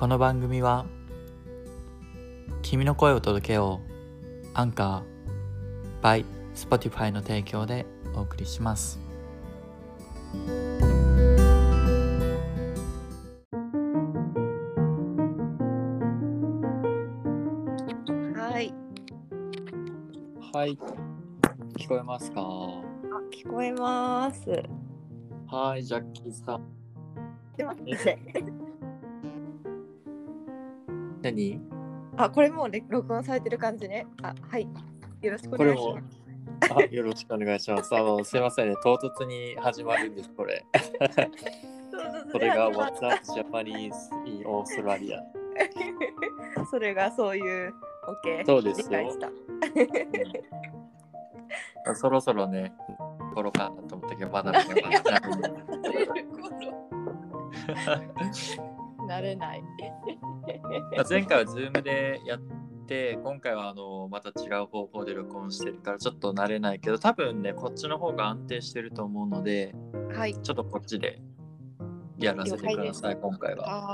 この番組は君の声を届けようアンカー by Spotify の提供でお送りします。はい、聞こえますか？ 聞こえます。 はい、ジャッキーさん。何？ これもう録音されてる感じね。はい。よろしくお願いします。 よろしくお願いします。すいませんね、唐突に始まるんです、これ。それが What's up Japanese in Australia。 それがそういう、OK。 そうですよ。 理解した。 そろそろね、頃かなと思ったけど、まだ慣れない。 前回は Zoom でやって、今回はまた違う方法で録音してるからちょっと慣れないけど、多分ね、こっちの方が安定してると思うので、 はい、 ちょっとこっちでやらせてください、今回は。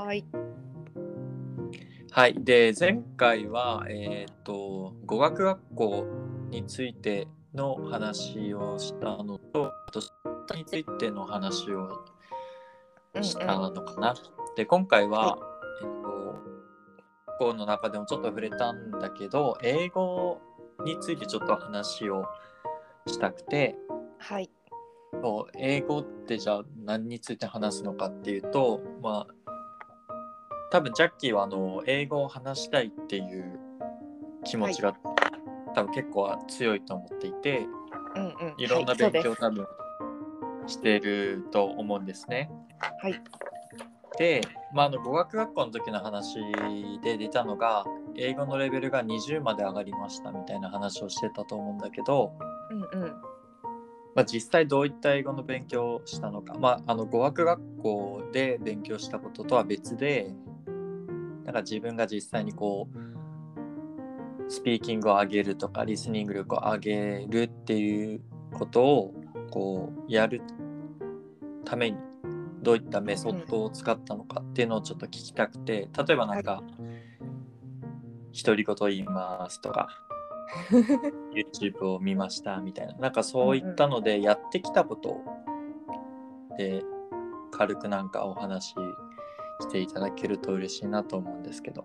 はい。で、前回は、語学学校についての話をしたのと、あと、についての話をしたのかな。で、今回は、学校の中でもちょっと触れたんだけど、英語についてちょっと話をしたくて、 はい。 英語ってじゃあ何について話すのかっていうと、多分ジャッキーは英語を話したいっていう気持ちが、多分結構強いと思っていて、いろんな勉強を多分してると思うんですね。 はい。 で、語学学校の時の話で出たのが、英語のレベルが20まで上がりましたみたいな話をしてたと思うんだけど、実際どういった英語の勉強をしたのか、語学学校で勉強したこととは別で、なんか自分が実際にスピーキングを上げるとかリスニング力を上げるっていうことをやるためにどういったメソッドを使ったのかっていうのをちょっと聞きたくて、例えばなんか、独り言言いますとかYouTube を見ましたみたいな、なんかそういったのでやってきたことで軽くなんかお話ししていただけると嬉しいなと思うんですけど。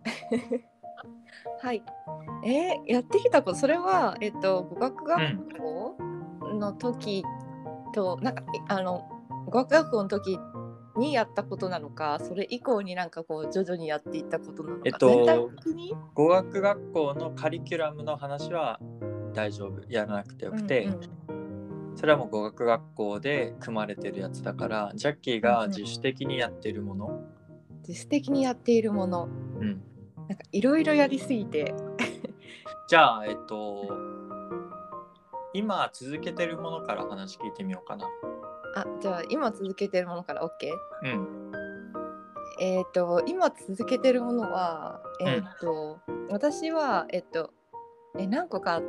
はい。やってきたこと、それは語学学校の時と、なんか語学学校の時にやったことなのか、それ以降になんか徐々にやっていったことなのか、全体的に語学学校のカリキュラムの話は大丈夫、やらなくてよくて、それはもう語学学校で組まれてるやつだから、ジャッキーが自主的にやってるもの、 自主的にやっているもの、なんかいろいろやりすぎてじゃあ今続けてるものから話聞いてみようかな。 じゃあ今続けてるものから OK？今続けてるものは私は何個かあって、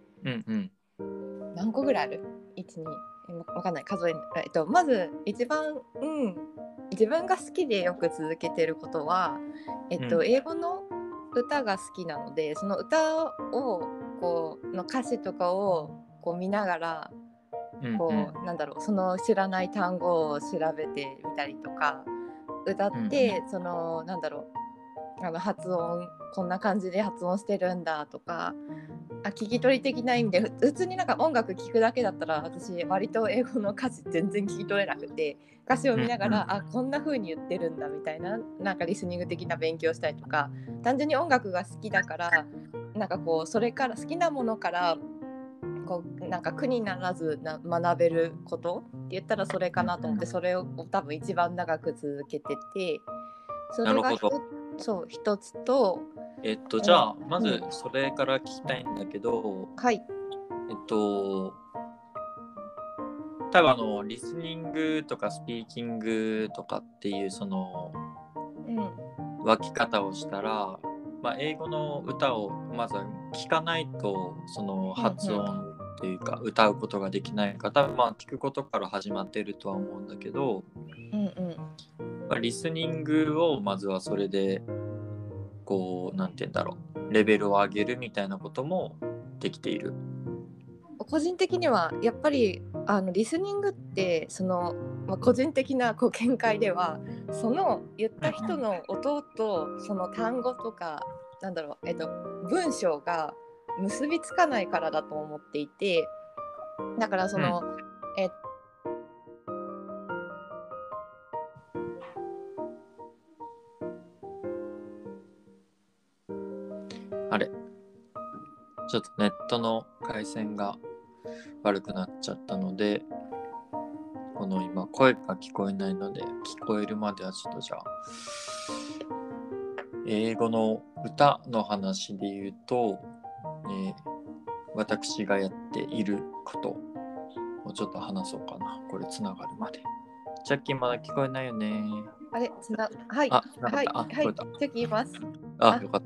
何個ぐらいある ?1、2、わかんない、数えまず一番、自分が好きでよく続けてることは、英語の歌が好きなので、その歌をの歌詞とかを見ながらなんだろう、その知らない単語を調べてみたりとか、歌って、そのなんだろう、発音こんな感じで発音してるんだとか、聞き取り的な意味で普通になんか音楽聴くだけだったら、私割と英語の歌詞全然聞き取れなくて、歌詞を見ながら、こんな風に言ってるんだみたいな、なんかリスニング的な勉強したりとか、単純に音楽が好きだから、なんかそれから好きなものからなんか苦にならず学べることって言ったらそれかなと思って、それを多分一番長く続けてて、それが一つと、 じゃあまずそれから聞きたいんだけど、多分リスニングとかスピーキングとかっていうその、分き方をしたら、英語の歌をまずは聞かないとその発音っていうか歌うことができない方、まあ聞くことから始まってるとは思うんだけど、リスニングをまずはそれでこうなんて言うんだろう、レベルを上げるみたいなこともできている。 個人的にはやっぱりリスニングってその、個人的な見解ではその言った人の音とその単語とかなんだろう、文章が結びつかないからだと思っていて、だからその、 あれちょっとネットの回線が悪くなっちゃったので、この今声が聞こえないので、聞こえるまではちょっとじゃあ英語の歌の話で言うと、私がやっていることをちょっと話そうかな。これつながるまで。ジャッキーまだ聞こえないよね。 はい、 あ、はい、 はい、ジャッキーいます。 あ、よかった。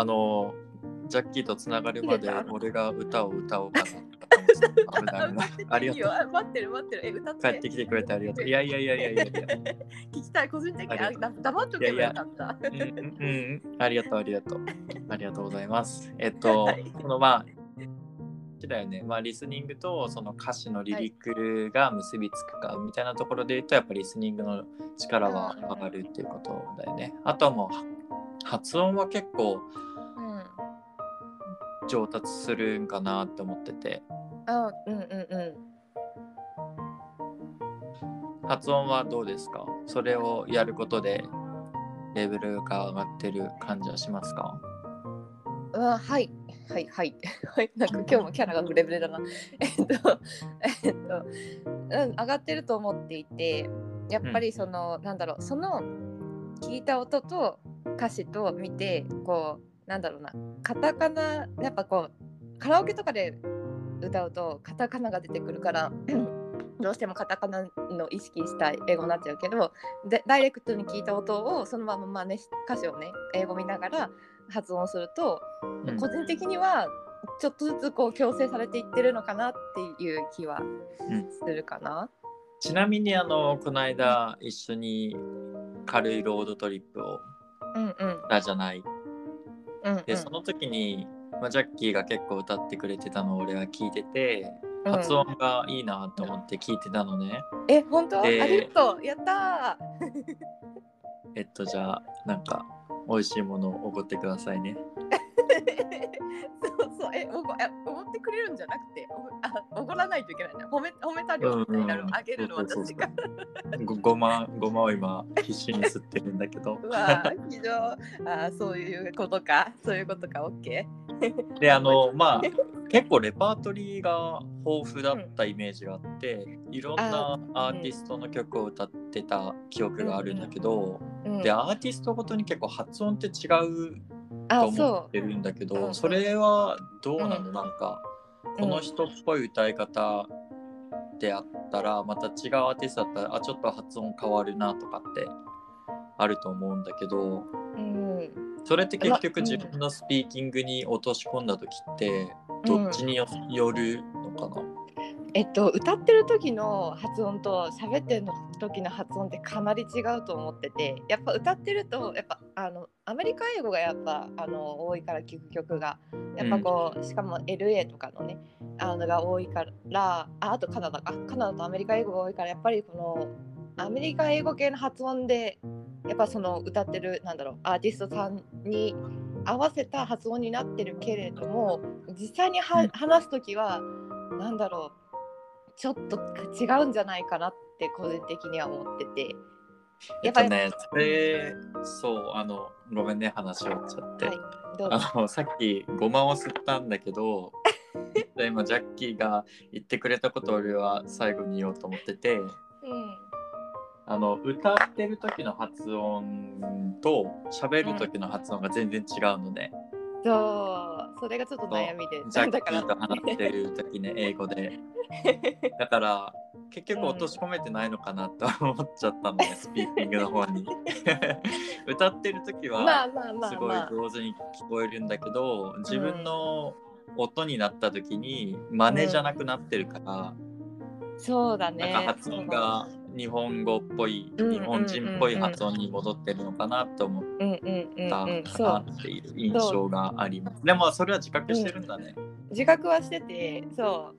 ジャッキーとつながるまで俺が歌を歌おうかな。危ない。ありがとう。 待ってる。歌って。 帰ってきてくれてありがとう。いや。 聞きたい、個人的に黙っとけばよかった。 ありがとう。ありがとうございます。このだよね。リスニングとその歌詞のリリックが結びつくかみたいなところで言うと、やっぱりリスニングの力は上がるっていうことだよね。あとはもう発音は結構上達するんかなって思ってて。発音はどうですか？それをやることでレベルが上がってる感じはしますか？ はい。なんか今日もキャラがブレブレだな。上がってると思っていて、やっぱりその、その聞いた音と歌詞と見て、カタカナ、やっぱカラオケとかで歌うとカタカナが出てくるからどうしてもカタカナの意識した英語になっちゃうけど、ダイレクトに聞いた音をそのまま真似し、歌詞をね英語見ながら発音すると、個人的にはちょっとずつ矯正されていってるのかなっていう気はするかな。 ちなみにこの間一緒に軽いロードトリップをしたじゃない。でその時に、ジャッキーが結構歌ってくれてたのを俺は聞いてて、発音がいいなと思って聞いてたのね。 本当？ありがとう。やったー。じゃあなんか美味しいものをおごってくださいね。 そうおごってくれるんじゃなくておごらないといけないね。褒めた量みたいなのをあげるの私が。 ごまを今必死に吸ってるんだけど。 うわひどい。そういうことか。オッケー。で結構レパートリーが豊富だったイメージがあって、いろんなアーティストの曲を歌ってた記憶があるんだけど、でアーティストごとに結構発音って違うと思ってるんだけど、それはどうなの？なんかこの人っぽい歌い方であったらまた違うアーティストだったらちょっと発音変わるなとかってあると思うんだけど、それって結局自分のスピーキングに落とし込んだ時ってどっちによるのかな？ 歌ってる時の発音と喋ってる時の発音ってかなり違うと思ってて、やっぱ歌ってるとやっぱアメリカ英語がやっぱ多いから聞く曲がやっぱしかも LA とかのねが多いから、あとカナダとアメリカ英語が多いから、やっぱりこのアメリカ英語系の発音でやっぱその歌ってるアーティストさんに合わせた発音になってるけれども、実際に話す時はちょっと違うんじゃないかなって個人的には思ってて、 ごめんね話終わっちゃって、さっきごまを吸ったんだけど今ジャッキーが言ってくれたことを俺は最後に言おうと思ってて、歌ってる時の発音と喋る時の発音が全然違うので、 それがちょっと悩みで、 ジャッキーと話してる時ね英語でだから結局落とし込めてないのかなと思っちゃったのね、スピーキングの方に歌ってる時はすごい上手に聞こえるんだけど、自分の音になった時に真似じゃなくなってるから、 そうだね。 なんか発音が日本語っぽい、日本人っぽい発音に戻ってるのかなと思ったかなっていう印象があります。でもそれは自覚してるんだね。 自覚はしてて、そう、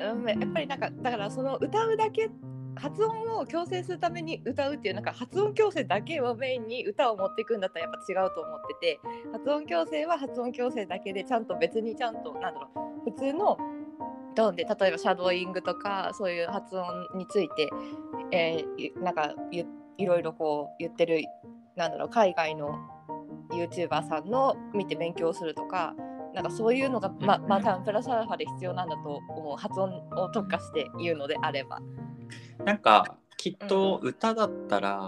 やっぱりなんかだからその歌うだけ発音を矯正するために歌うっていうなんか発音矯正だけをメインに歌を持っていくんだったらやっぱ違うと思ってて、発音矯正は発音矯正だけでちゃんと別にちゃんとなんだろう、普通のトーンで例えばシャドーイングとかそういう発音について、なんかいろいろこう言ってるなんだろう海外の YouTuber さんの見て勉強するとか、なんかそういうのが多分プラスアルファで必要なんだと思う。発音を特化して言うのであれば。 なんかきっと歌だったら、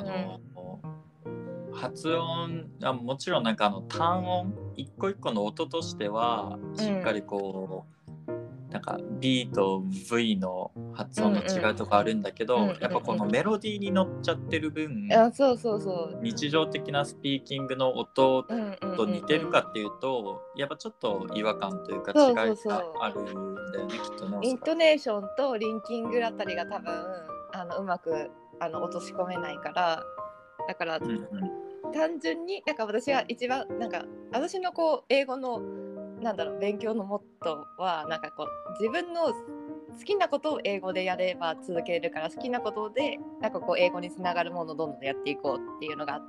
発音もちろんなんか単音一個一個の音としてはしっかりこう、なんか B と V の発音の違うとこあるんだけど、やっぱこのメロディーに乗っちゃってる分、日常的なスピーキングの音と似てるかっていうと、やっぱちょっと違和感というか違いがあるんだよね、きっとね。 イントネーションとリンキングあたりが多分うまく落とし込めないから、だから、単純になんか私は一番なんか私のこう英語のなんだろう勉強のモットーはなんかこう自分の好きなことを英語でやれば続けるから、好きなことでなんかこう英語につながるものをどんどんやっていこうっていうのがあって、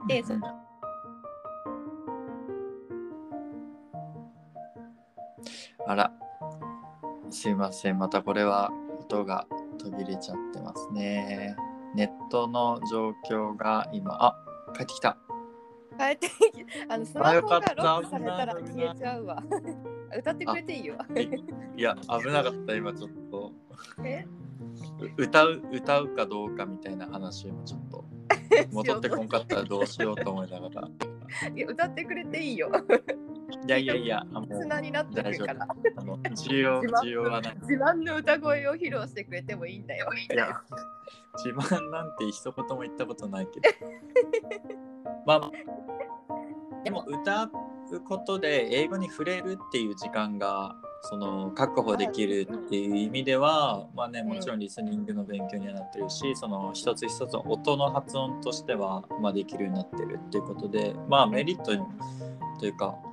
あら、すいません、またこれは音が途切れちゃってますね。ネットの状況が今、帰ってきた。 帰ってスマホがロックされたら消えちゃうわ。歌ってくれていいよ。 いや、危なかった、今ちょっと。歌うかどうかみたいな話もちょっと戻ってこんかったらどうしようと思いながら。 いや、歌ってくれていいよ。 いや、 砂になってくるから。 需要はない。 自慢の歌声を披露してくれてもいいんだよ。 いや、自慢なんて一言も言ったことないけど。まあ、でも歌うことで英語に触れるっていう時間がその確保できるっていう意味では、まあね、もちろんリスニングの勉強にはなってるし、その一つ一つの音の発音としては、まあ、できるようになってるっていうことで、まあメリットというか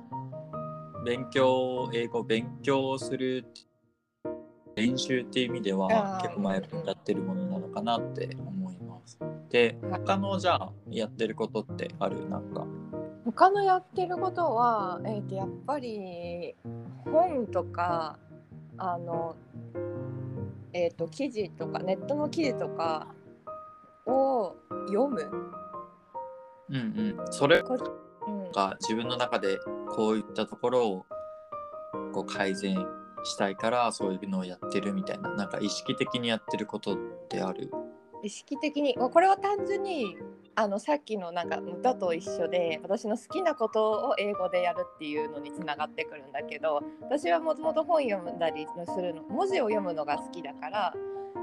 英語勉強する練習っていう意味では結構前やってるものなのかなって思います。で、他のじゃあやってることってある？なんか他のやってることは、やっぱり本とか記事とかネットの記事とかを読む。 それが自分の中でこういったところをこう改善したいからそういうのをやってるみたいな、なんか意識的にやってることってある？ 意識的にこれは単純にさっきのなんか歌と一緒で私の好きなことを英語でやるっていうのにつながってくるんだけど、私はもともと本読んだりするの、文字を読むのが好きだから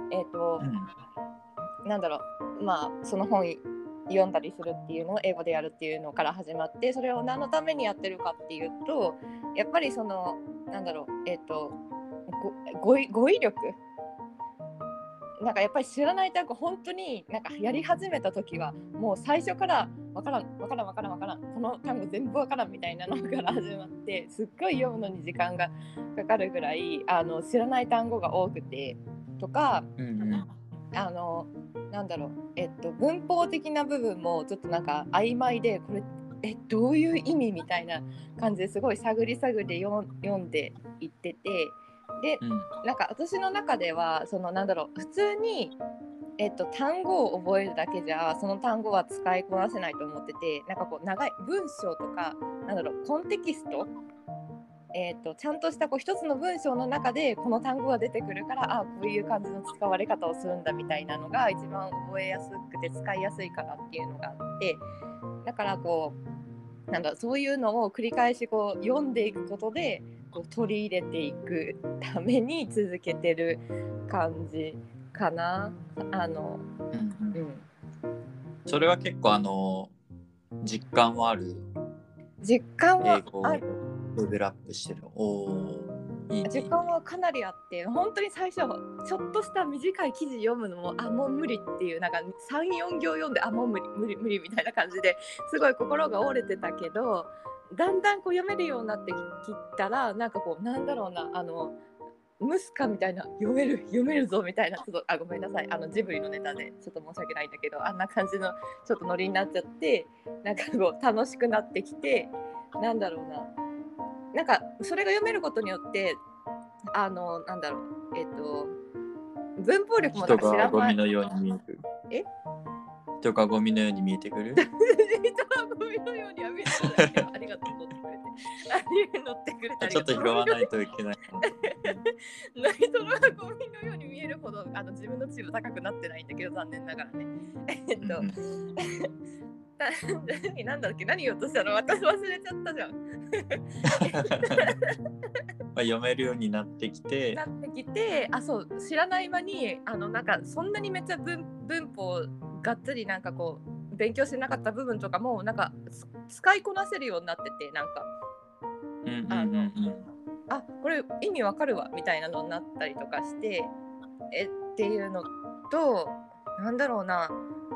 なんだろう、まあその本読んだりするっていうのを英語でやるっていうのから始まって、それを何のためにやってるかっていうと、やっぱりそのなんだろう語彙力、なんかやっぱり知らない単語本当になんかやり始めた時はもう最初からわからんこの単語全部わからんみたいなのから始まって、すっごい読むのに時間がかかるぐらい知らない単語が多くてとか、なんだろう、文法的な部分もちょっとなんか曖昧で、これどういう意味みたいな感じですごい探り読んでいってて、で、なんか私の中ではそのなんだろう、普通に単語を覚えるだけじゃその単語は使いこなせないと思ってて、なんかこう長い文章とかなんだろうコンテキスト、ちゃんとしたこう一つの文章の中でこの単語が出てくるから、こういう感じの使われ方をするんだみたいなのが一番覚えやすくて使いやすいかなっていうのがあって、だからこうなんだそういうのを繰り返しこう読んでいくことでこう取り入れていくために続けてる感じかな。 それは結構実感はある？ 実感は英語をレベルアップしてる。 いい時間はかなりあって、本当に最初ちょっとした短い記事読むのももう無理っていう、なんか 3,4 行読んでもう無理みたいな感じですごい心が折れてたけど、だんだんこう読めるようになってきたら、なんかこうなんだろうな、ムスカみたいな、読めるぞみたいな、ちょっとごめんなさい、ジブリのネタでちょっと申し訳ないんだけど、あんな感じのちょっとノリになっちゃって、なんかこう楽しくなってきて、なんだろうな、なんかそれが読めることによって、なんだろう、文法力もなんか知人がらない。 ゴミのように見える。人がゴミのように見えてくる。 人はゴミのようには見えてくる。ありがとう、乗ってくれて。 ちょっと拾わないといけない。 人がゴミのように見えるほど自分の地位は高くなってないんだけど、残念ながらね。なんだっけ、何言おうとしたの、私忘れちゃったじゃん。 読めるようになってきて、 そう、知らない間になんかそんなにめっちゃ文法がっつりなんかこう勉強してなかった部分とかもなんか使いこなせるようになってて、なんかこれ意味わかるわみたいなのになったりとかしてっていうのと、なんだろうな、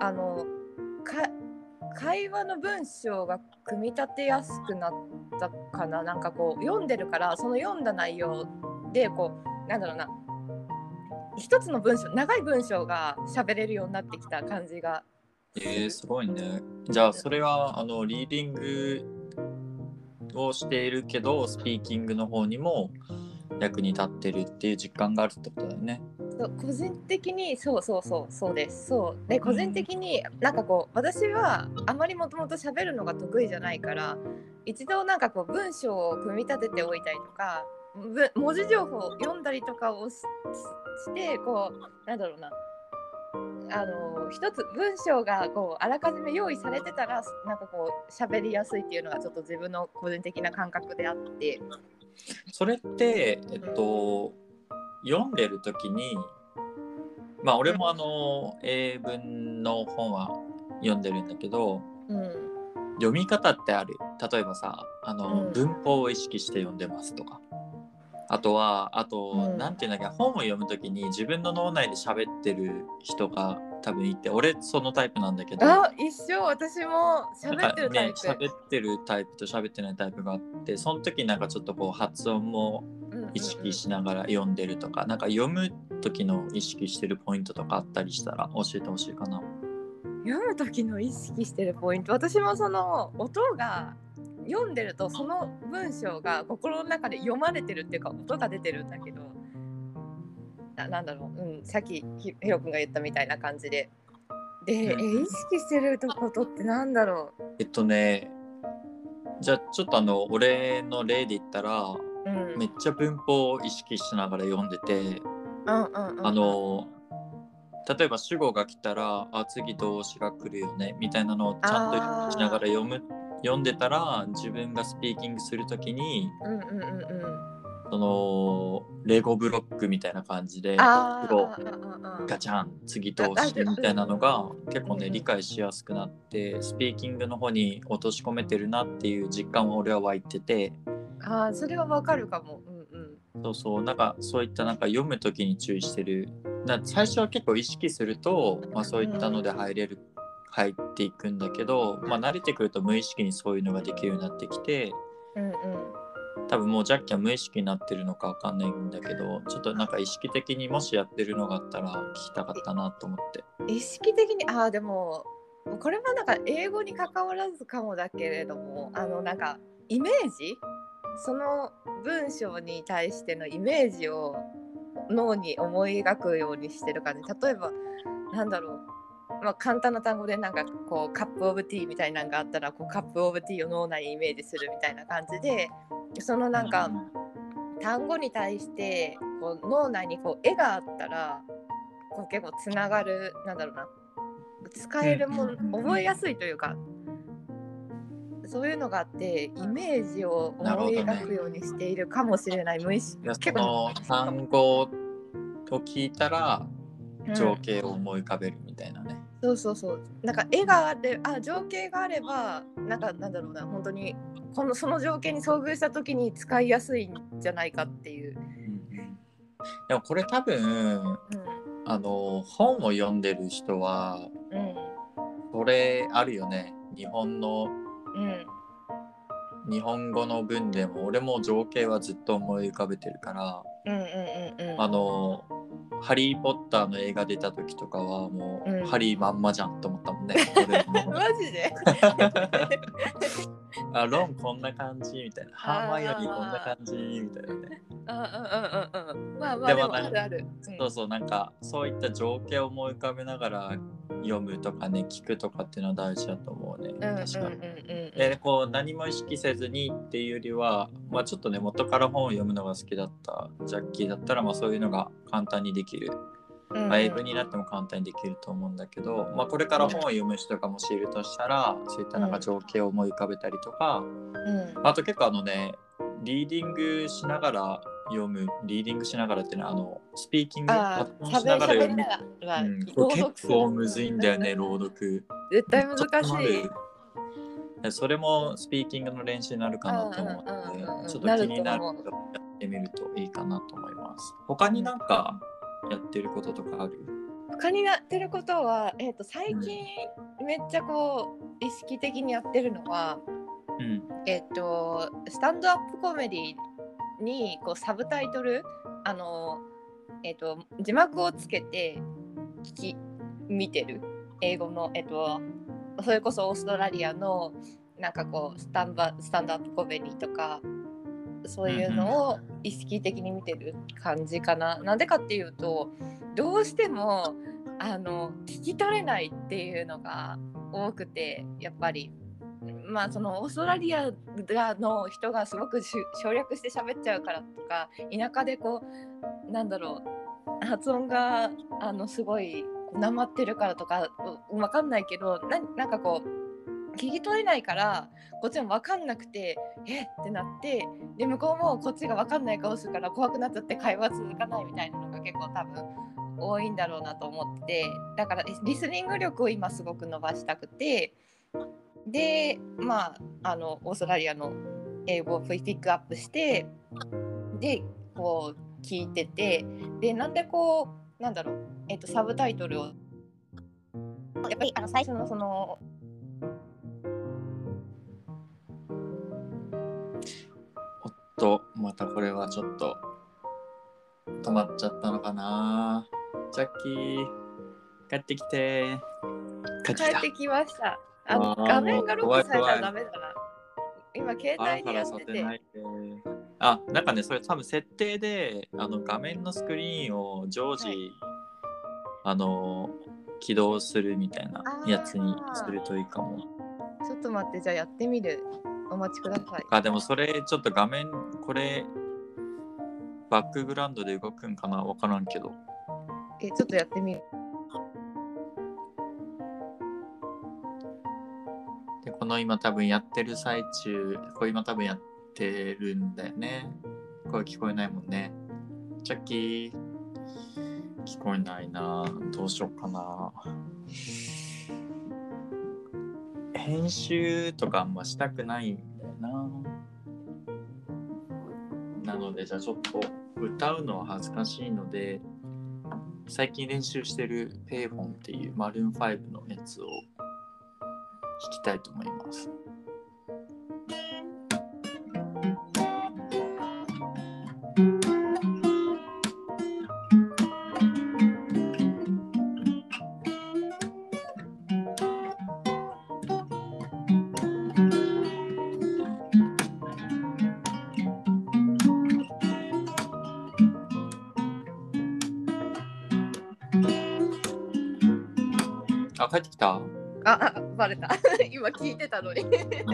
会話の文章が組み立てやすくなったかな。なんかこう読んでるから、その読んだ内容でこうなんだろうな、一つの文章、長い文章が喋れるようになってきた感じが。 すごいね。じゃあそれはリーディングをしているけどスピーキングの方にも役に立ってるっていう実感があるってことだよね。 個人的にそうです。そうで、個人的になんかこう私はあまりもともと喋るのが得意じゃないから、一度なんかこう文章を組み立てておいたりとか、文字情報を読んだりとかをしてこうなんだろうな、一つ文章がこうあらかじめ用意されてたらなんかこう喋りやすいっていうのがちょっと自分の個人的な感覚であって、 それって読んでる時に、まあ俺も英文の本は読んでるんだけど、読み方ってある。例えばさ、文法を意識して読んでますとか、あとなんていうんだっけ、本を読む時に自分の脳内で喋ってる人が多分いて、俺そのタイプなんだけど。 一緒、私も喋ってるタイプ。 喋ってるタイプと喋ってないタイプがあって、その時なんかちょっとこう発音も意識しながら読んでるとか、なんか読む時の意識してるポイントとかあったりしたら教えてほしいかな。 読む時の意識してるポイント、私もその音が読んでるとその文章が心の中で読まれてるっていうか音が出てるんだけど、なんだろう、さっきひろくんが言ったみたいな感じで意識してることってなんだろう。 じゃあちょっと俺の例で言ったら、めっちゃ文法を意識しながら読んでて、例えば主語が来たら次動詞が来るよねみたいなのをちゃんと意識しながら読んでたら、自分がスピーキングするときに、そのレゴブロックみたいな感じでガチャン次動詞みたいなのが結構ね理解しやすくなって、スピーキングの方に落とし込めてるなっていう実感は俺は湧いてて、 それはわかるかも。 なんかそういったなんか読むときに注意してる。最初は結構意識すると、そういったので入っていくんだけど、慣れてくると無意識にそういうのができるようになってきて、多分もうジャッキは無意識になってるのか分かんないんだけど、ちょっとなんか意識的にもしやってるのがあったら聞きたかったなと思って。 意識的にでもこれはなんか英語に関わらずかもだけれども、なんかイメージ、その文章に対してのイメージを脳に思い描くようにしてる感じ。例えばなんだろう、簡単な単語でなんかこうカップオブティーみたいなのがあったら、こうカップオブティーを脳内にイメージするみたいな感じで、そのなんか単語に対してこう脳内にこう絵があったらこう結構つながる、なんだろうな、使えるもの、覚えやすいというか、そういうのがあってイメージを思い描くようにしているかもしれない。無意識。 その単語を聞いたら情景を思い浮かべるみたいなね。 そうなんか絵があって情景があればなんだろうな、本当にその情景に遭遇した時に使いやすいんじゃないかっていうでもこれ多分本を読んでる人はそれあるよね。日本語の文でも俺も情景はずっと思い浮かべてるから、ハリー・ポッターの映画出た時とかはもう、ハリーまんまじゃんと思ったもんね。 マジでロンこんな感じみたいな、ハーマイオニーこんな感じみたいなね。 まあでもあるある。 そうそう、なんかそういった情景を思い浮かべながら読むとかね、聞くとかっていうのは大事だと思うね。確かに。でこう何も意識せずにっていうよりは、まあちょっとね元から本を読むのが好きだったジャッキーだったら、まあそういうのが簡単にできる。英文になっても簡単にできると思うんだけど、まあ、これから本を読む人がもしいるとしたら、そういったなんか情景を思い浮かべたりとか、あと結構リーディングしながら読む、リーディングしながらっていうのはスピーキング発音しながら読む、これ結構むずいんだよね、朗読絶対難しい。それもスピーキングの練習になるかなと思うので、ちょっと気になるとやってみるといいかなと思います。他になんかやってることとかある？ 他にやってることは、最近めっちゃこう意識的にやってるのは、スタンドアップコメディにこうサブタイトル字幕をつけて見てる英語のそれこそオーストラリアのなんかこうスタンドアップコメディとかそういうのを意識的に見てる感じかな。なんでかっていうと、どうしても聞き取れないっていうのが多くて、やっぱりまあそのオーストラリアの人がすごく省略して喋っちゃうからとか、田舎でこうなんだろう発音がすごいなまってるからとか分かんないけど、なんかこう聞き取れないからこっちも分かんなくてってなって、で向こうもこっちが分かんない顔するから怖くなっちゃって会話続かないみたいなのが結構多分多いんだろうなと思って、だからリスニング力を今すごく伸ばしたくて、でまあオーストラリアの英語をピックアップしてでこう聞いてて、でなんでこうなんだろうサブタイトルをやっぱり最初のそのまたこれはちょっと止まっちゃったのかな。ジャッキー帰ってきて。 帰ってきました。画面がロックされたらダメだな。今携帯でやってて。 なんかね、それ多分設定で画面のスクリーンを常時、起動するみたいなやつにするといいかも。 ちょっと待って、じゃあやってみる。お待ちください。 でもそれちょっと画面これバックグラウンドで動くんかな、分からんけど。 ちょっとやってみる。 でこの今多分やってる最中、これ今多分やってるんだよね。声聞こえないもんね。ジャッキー聞こえないな。どうしようかな。編集とかあんましたくないんだよな。なのでじゃあちょっと歌うのは恥ずかしいので、最近練習してるペイフォンっていうマルーン5のやつを弾きたいと思います。帰ってきた？ バレた。今聞いてたのに。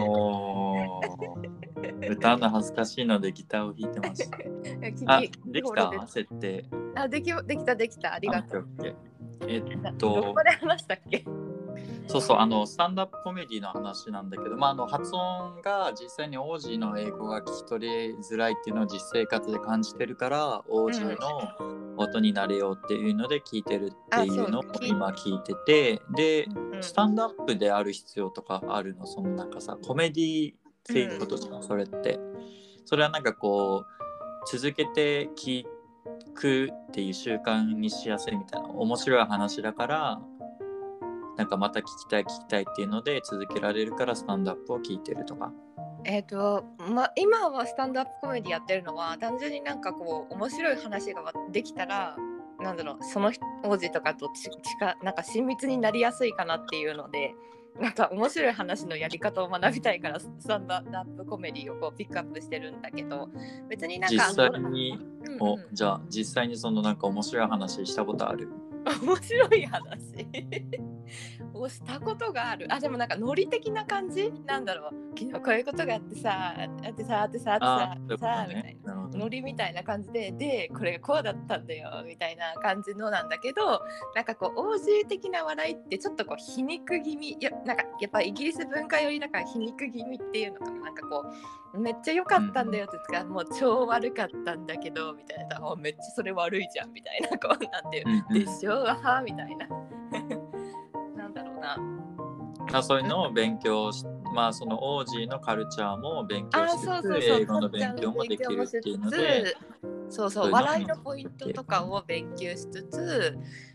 歌うの恥ずかしいのでギターを弾いてます。できた？設定。 できた。ありがとう。どこで話したっけ？ そう、スタンダップコメディの話なんだけど、発音が実際にオージーの英語が聞き取りづらいっていうのを実生活で感じてるから、オージーの音になれようっていうので聞いてるっていうのを今聞いてて、で、スタンダップである必要とかあるの？そのなんかさ、コメディっていうことじゃん、それって。それはなんかこう続けて聞くっていう習慣にしやすいみたいな、面白い話だからなんかまた聞きたいっていうので続けられるからスタンドアップを聞いてるとか。 今はスタンドアップコメディやってるのは単純になんかこう面白い話ができたらなんだろう、その王子とかとなんか親密になりやすいかなっていうので、なんか面白い話のやり方を学びたいからスタンドアップコメディをこうピックアップしてるんだけど、別になんか実際に、じゃあ実際にそのなんか面白い話したことある？ 面白い話をしたことがある。でもなんかノリ的な感じなんだろう、昨日こういうことがあってさみたいなノリみたいな感じでこれがこうだったんだよみたいな感じのなんだけど、なんかこう OG 的な笑いってちょっとこう皮肉気味、なんかやっぱイギリス文化よりなんか皮肉気味っていうのかな、なんかこうめっちゃ良かったんだよって言ってもう超悪かったんだけどみたいな、めっちゃそれ悪いじゃんみたいな、こうなんていうでしょはみたいななんだろうな、 そういうのを勉強し、そのオージーのカルチャーも勉強しつつ英語の勉強もできるっていうので、 笑いのポイントとかを勉強しつつ、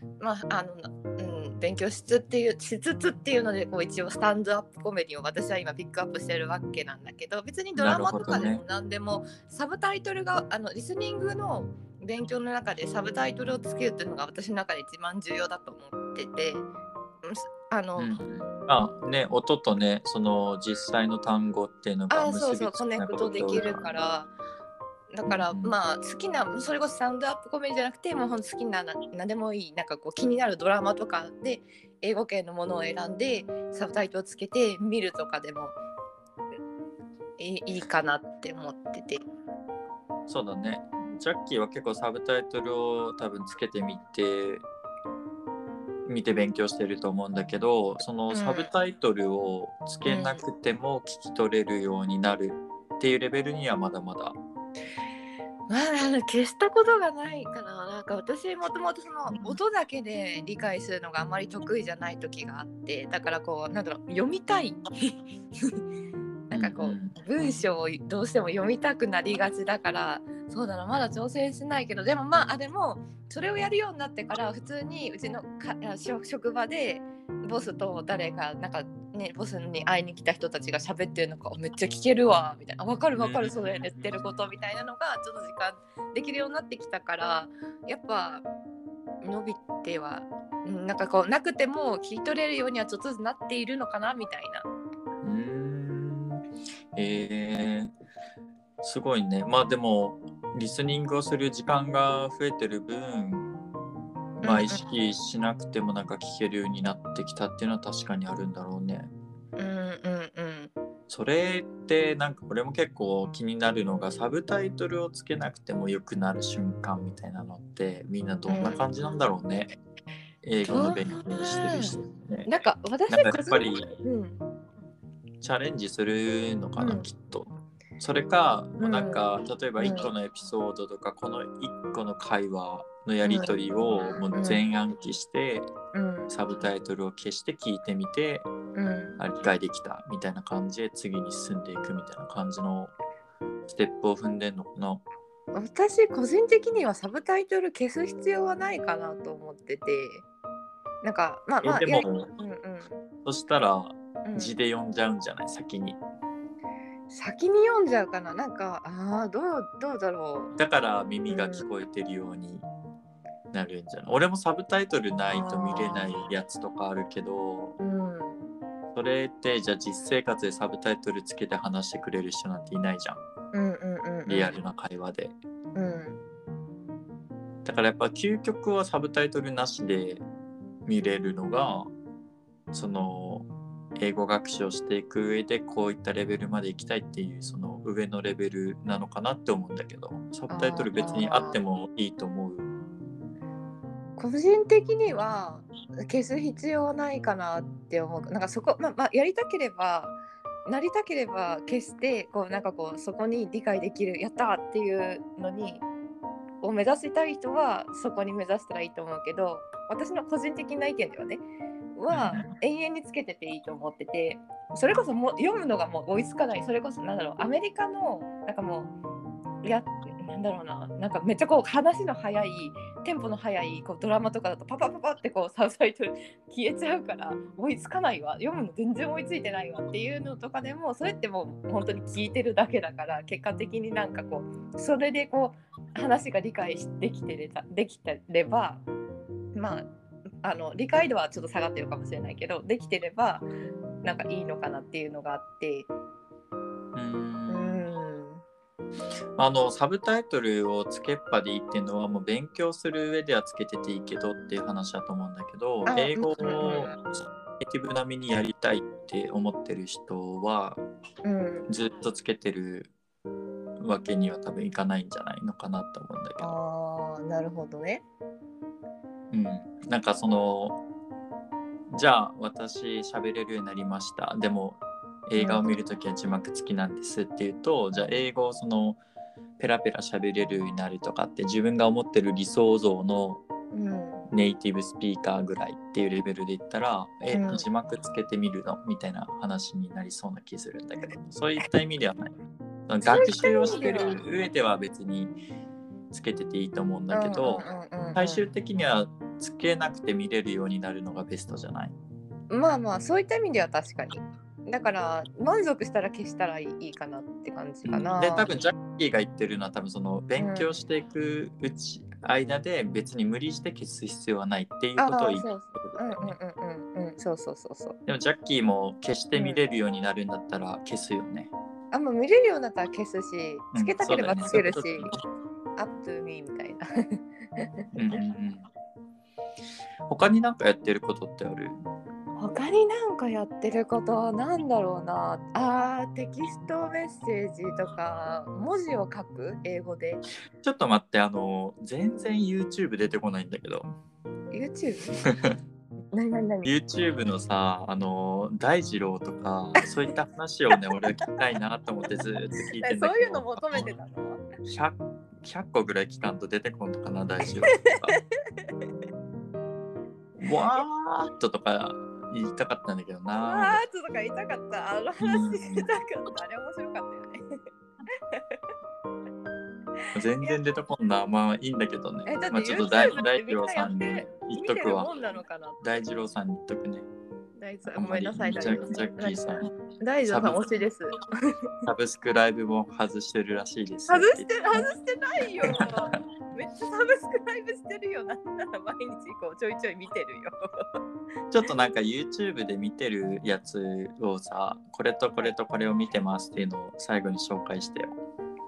勉強しつつっていうのでこう一応スタンドアップコメディを私は今ピックアップしてるわけなんだけど、別にドラマとかでも何でも、サブタイトルがリスニングの勉強の中でサブタイトルをつけるっていうのが私の中で一番重要だと思ってて、 音とね、その実際の単語っていうのが結びつコネクトできるから、だから好きな、それこそサウンドアップコメディじゃなくてもう好きな何でもいい、なんかこう気になるドラマとかで英語系のものを選んでサブタイトルをつけて見るとかでもいいかなって思ってて。 そうだね、ジャッキーは結構サブタイトルを多分つけてみて勉強してると思うんだけど、そのサブタイトルをつけなくても聞き取れるようになるっていうレベルにはまだまだ、 消したことがないかな。なんか私もともとその音だけで理解するのがあんまり得意じゃない時があって、だからこうなんだろう、読みたいなんかこう、文章をどうしても読みたくなりがちだから、そうだな、まだ挑戦しないけど、でもでもそれをやるようになってから普通にうちの職場でボスと誰かなんかね、ボスに会いに来た人たちが喋ってるのかめっちゃ聞けるわみたいな、分かるそれ言ってることみたいなのがちょっと時間できるようになってきたから、やっぱ伸びてはなんかこうなくても聞き取れるようにはちょっとずつなっているのかなみたいな。 すごいね。でもリスニングをする時間が増えてる分、意識しなくてもなんか聞けるようになってきたっていうのは確かにあるんだろうね。それってなんか俺も結構気になるのが、サブタイトルをつけなくてもよくなる瞬間みたいなのってみんなどんな感じなんだろうね。英語の勉強してる人ね。 なんか私やっぱりチャレンジするのかな、きっと。それか、なんか例えば1個のエピソードとかこの1個の会話のやり取りをもう全暗記して、サブタイトルを消して聞いてみて、理解できたみたいな感じで次に進んでいくみたいな感じのステップを踏んでんのかな。 私個人的にはサブタイトル消す必要はないかなと思ってて、なんかでも、そしたら字で読んじゃうんじゃない？先に読んじゃうかな。なんかどうだろう。 だから耳が聞こえてるようになるんじゃない？俺もサブタイトルないと見れないやつとかあるけど、それってじゃあ実生活でサブタイトルつけて話してくれる人なんていないじゃん、リアルな会話で、だからやっぱ究極はサブタイトルなしで見れるのがその英語学習をしていく上でこういったレベルまで行きたいっていうその上のレベルなのかなって思うんだけど、サブタイトル別にあってもいいと思う。 個人的には消す必要はないかなって思う。なんかそこ、やりたければなりたければ消してこうなんかこうそこに理解できるやったっていうのにを目指したい人はそこに目指したらいいと思うけど、私の個人的な意見ではね永遠につけてていいと思ってて、それこそもう読むのがもう追いつかない。それこそなんだろう、アメリカのなんかもうなんだろうな、なんかめっちゃこう話の速いテンポの速いこうドラマとかだとパパパパってこうサブタイトル消えちゃうから追いつかないわ、読むの全然追いついてないわっていうのとかでも、それってもう本当に聞いてるだけだから、結果的になんかこうそれでこう話が理解できてれば、まあ理解度はちょっと下がってるかもしれないけど、できてればなんかいいのかなっていうのがあって、 サブタイトルをつけっぱでいいっていうのはもう勉強する上ではつけてていいけどっていう話だと思うんだけど、英語をネイティブ並みにやりたいって思ってる人は、ずっとつけてるわけには多分いかないんじゃないのかなと思うんだけど。 なるほどね。 なんかそのじゃあ私喋れるようになりました、でも映画を見るときは字幕付きなんですっていうと、じゃあ英語をそのペラペラ喋れるようになるとかって自分が思ってる理想像のネイティブスピーカーぐらいっていうレベルで言ったら、字幕つけてみるのみたいな話になりそうな気するんだけど、そういった意味ではない。学習をしてる上では別につけてていいと思うんだけど、最終的にはつけなくて見れるようになるのがベストじゃない？ まあまあそういった意味では確かに。だから満足したら消したらいいかなって感じかな。 で多分ジャッキーが言ってるのは多分その勉強していく間で別に無理して消す必要はないっていうことを言いたいってことだよね。 そうそうそうそう。 でもジャッキーも消して見れるようになるんだったら消すよね。 もう見れるようになったら消すし、つけたければつけるし、アップトゥーミーみたいな。 他に何かやってることってある？ 他に何かやってることなんだろうな。テキストメッセージとか文字を書く英語で。 ちょっと待って、全然 YouTube 出てこないんだけど。 YouTube？ 何 YouTube のさ、大二郎とかそういった話をね俺は聞きたいなと思ってずっと聞いてんだけどそういうの求めてたの ？100個ぐらい聞かんと出てこんのかな、大二郎とか。わーっとか言いたかったんだけどな。 わーっとか言いたかった。話したかった。あれ面白かったよね。 全然出てこんな。まあいいんだけどね。まあちょっと大二郎さんに言っとくわ。大二郎さんに言っとくね。 ごめんなさい、 ジャッキーさん。 大二郎さん推しです。 サブスクライブも外してるらしいです。 外してないよ。めっちゃサブスクライブしてるよ。なんなら毎日こうちょいちょい見てるよ。 ちょっとなんか YouTube で見てるやつをさ、これとこれとこれを見てますっていうのを最後に紹介してよ。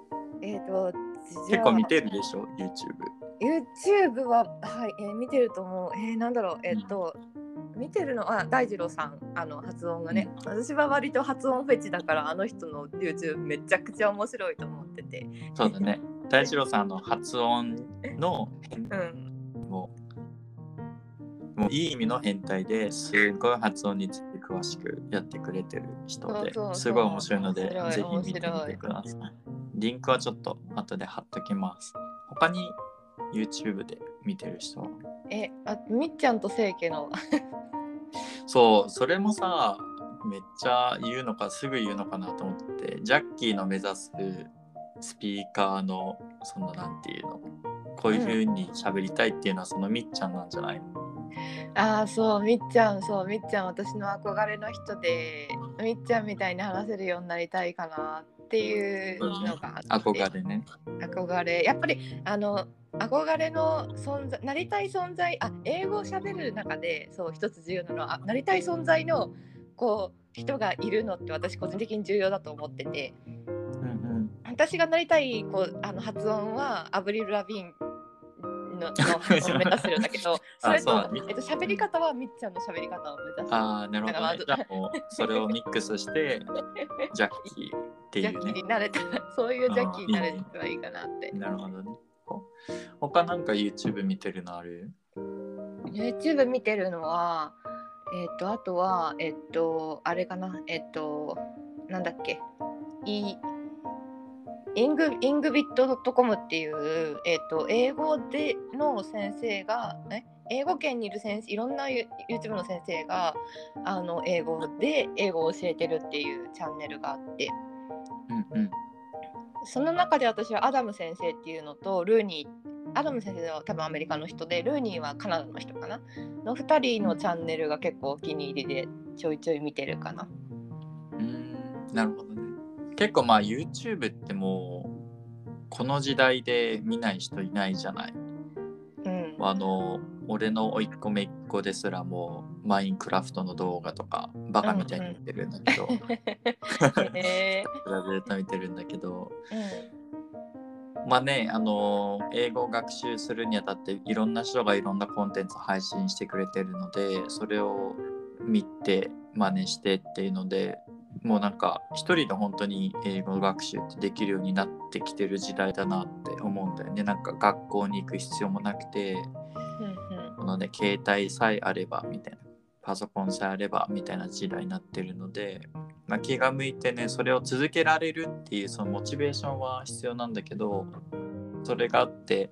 結構見てるでしょ YouTube は、はい、見てると思う。なんだろう、見てるのは大二郎さん、発音がね、私は割と発音フェチだからあの人の YouTube めちゃくちゃ面白いと思ってて。 そうだね。大二郎さんの発音のもういい意味の変態ですごい発音について詳しくやってくれてる人ですごい面白いのでぜひ見てみてください。リンクはちょっと後で貼っときます。他に YouTube で見てる人はみっちゃんと清家のそうそれもさめっちゃ言うのかすぐ言うのかなと思ってジャッキーの目指すスピーカーのそのなんていうのこういう風に喋りたいっていうのはそのみっちゃんなんじゃないの？ そうみっちゃん私の憧れの人でみっちゃんみたいに話せるようになりたいかなっていうのがあって、 憧れね。 憧れやっぱり憧れの存在なりたい存在英語を喋る中でそう一つ重要なのはなりたい存在のこう人がいるのって私個人的に重要だと思ってて、私がなりたい発音はアブリル・ラビーンの目指してるんだけどそれと喋り方はみっちゃんの喋り方を目指してる。 なるほど、ね、じゃあもうそれをミックスしてジャッキーっていうねジャッキーになれたらそういうジャッキーになれたらいいかなって。 なるほどね。他なんか YouTube 見てるのある？ YouTube 見てるのはあとはあれかななんだっけイングビット .com っていう、英語での先生が英語圏にいる先生いろんな YouTube の先生が英語で英語を教えてるっていうチャンネルがあって、 その中で私はアダム先生っていうのとルーニー、アダム先生は多分アメリカの人でルーニーはカナダの人かなの2人のチャンネルが結構お気に入りでちょいちょい見てるかな。 なるほどね。結構まあ YouTube ってもうこの時代で見ない人いないじゃない。俺の甥っ子姪っ子ですらもうマインクラフトの動画とかバカみたいに見てるんだけど、プライベート見てるんだけど、まあね、英語を学習するにあたっていろんな人がいろんなコンテンツを配信してくれてるので、それを見て真似してっていうので、もうなんか一人で本当に英語学習ってできるようになってきてる時代だなって思うんだよね。なんか学校に行く必要もなくて、このね、携帯さえあればみたいな、パソコンさえあればみたいな時代になってるので、まあ、気が向いてね、それを続けられるっていうそのモチベーションは必要なんだけど、それがあって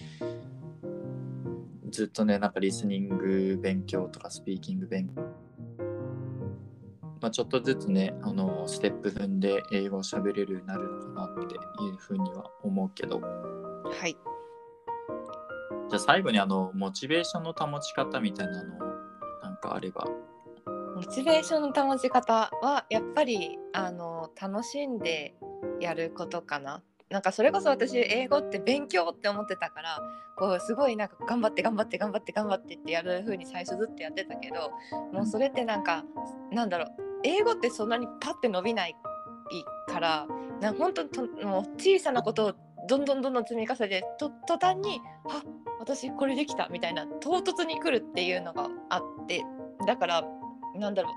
ずっとね、なんかリスニング勉強とかスピーキング勉強、まあ、ちょっとずつね、ステップ踏んで英語を喋れるようになるのかなっていうふうには思うけど、 はい。 じゃあ最後にモチベーションの保ち方みたいなのなんかあれば。 モチベーションの保ち方はやっぱり楽しんでやることかな。なんかそれこそ私英語って勉強って思ってたから、こうすごいなんか頑張ってってやる風に最初ずっとやってたけど、もうそれってなんかなんだろう、英語ってそんなにパッて伸びないから本当にもう小さなことをどんどん積み重ねて途端に私これできたみたいな唐突に来るっていうのがあって、だからなんだろ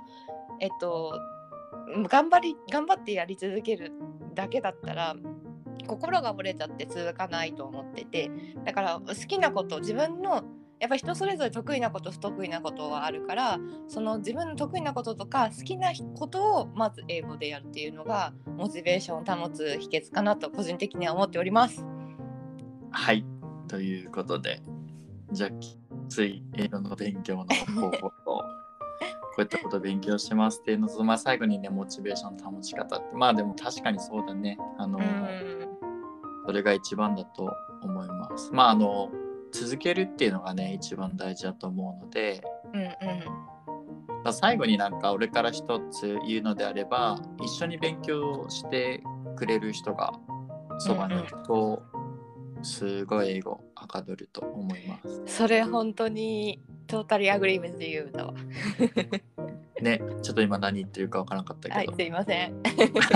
う、頑張ってやり続けるだけだったら心が折れちゃって続かないと思ってて、だから好きなこと、自分のやっぱり人それぞれ得意なこと不得意なことはあるから、その自分の得意なこととか好きなことをまず英語でやるっていうのがモチベーションを保つ秘訣かなと個人的には思っております。 はい、ということで、じゃあつい英語の勉強の方法とこういったことを勉強してますっていうのと、まあ、最後にね、モチベーションの保ち方って、まあでも確かにそうだね。それが一番だと思います。まあ続けるっていうのがね、一番大事だと思うので、まあ、最後になんか俺から一つ言うのであれば、一緒に勉強してくれる人がそばにいると、すごい英語はかどると思います。 それ本当にトータリーアグリーメント言うだわ。 ね、ちょっと今何言ってるか分からなかったけど。 はい、すいません。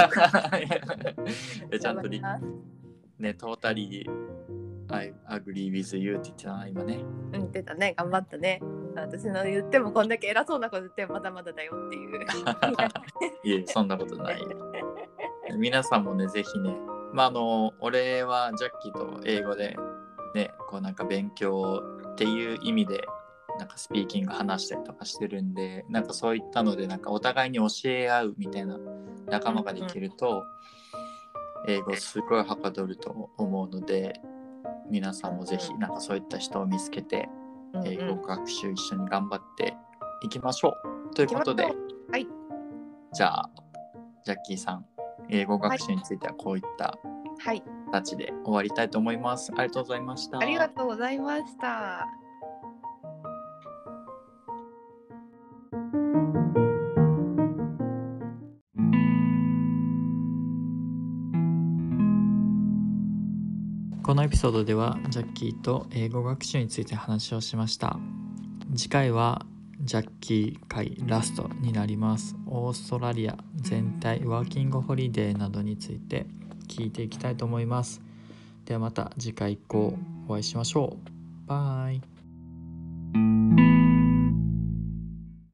ちゃんとね、トータリーI agree with you って言ってたな、今ね。 言ってたね、頑張ったね。私の言ってもこんだけ偉そうなこと言ってもまだまだだよっていう。 いえ、そんなことない。皆さんもね、ぜひね、まあ俺はジャッキーと英語でね、こうなんか勉強っていう意味でなんかスピーキング話したりとかしてるんで、なんかそういったのでなんかお互いに教え合うみたいな仲間ができると、英語すごいはかどると思うので、皆さんもぜひなんかそういった人を見つけて、英語学習一緒に頑張っていきましょうということで、 はい、 じゃあジャッキーさん、英語学習についてはこういった形で終わりたいと思います。ありがとうございました。 ありがとうございました。 このエピソードではジャッキーと英語学習について話をしました。次回はジャッキー会ラストになります。オーストラリア全体ワーキングホリデーなどについて聞いていきたいと思います。ではまた次回以降お会いしましょう。バイ。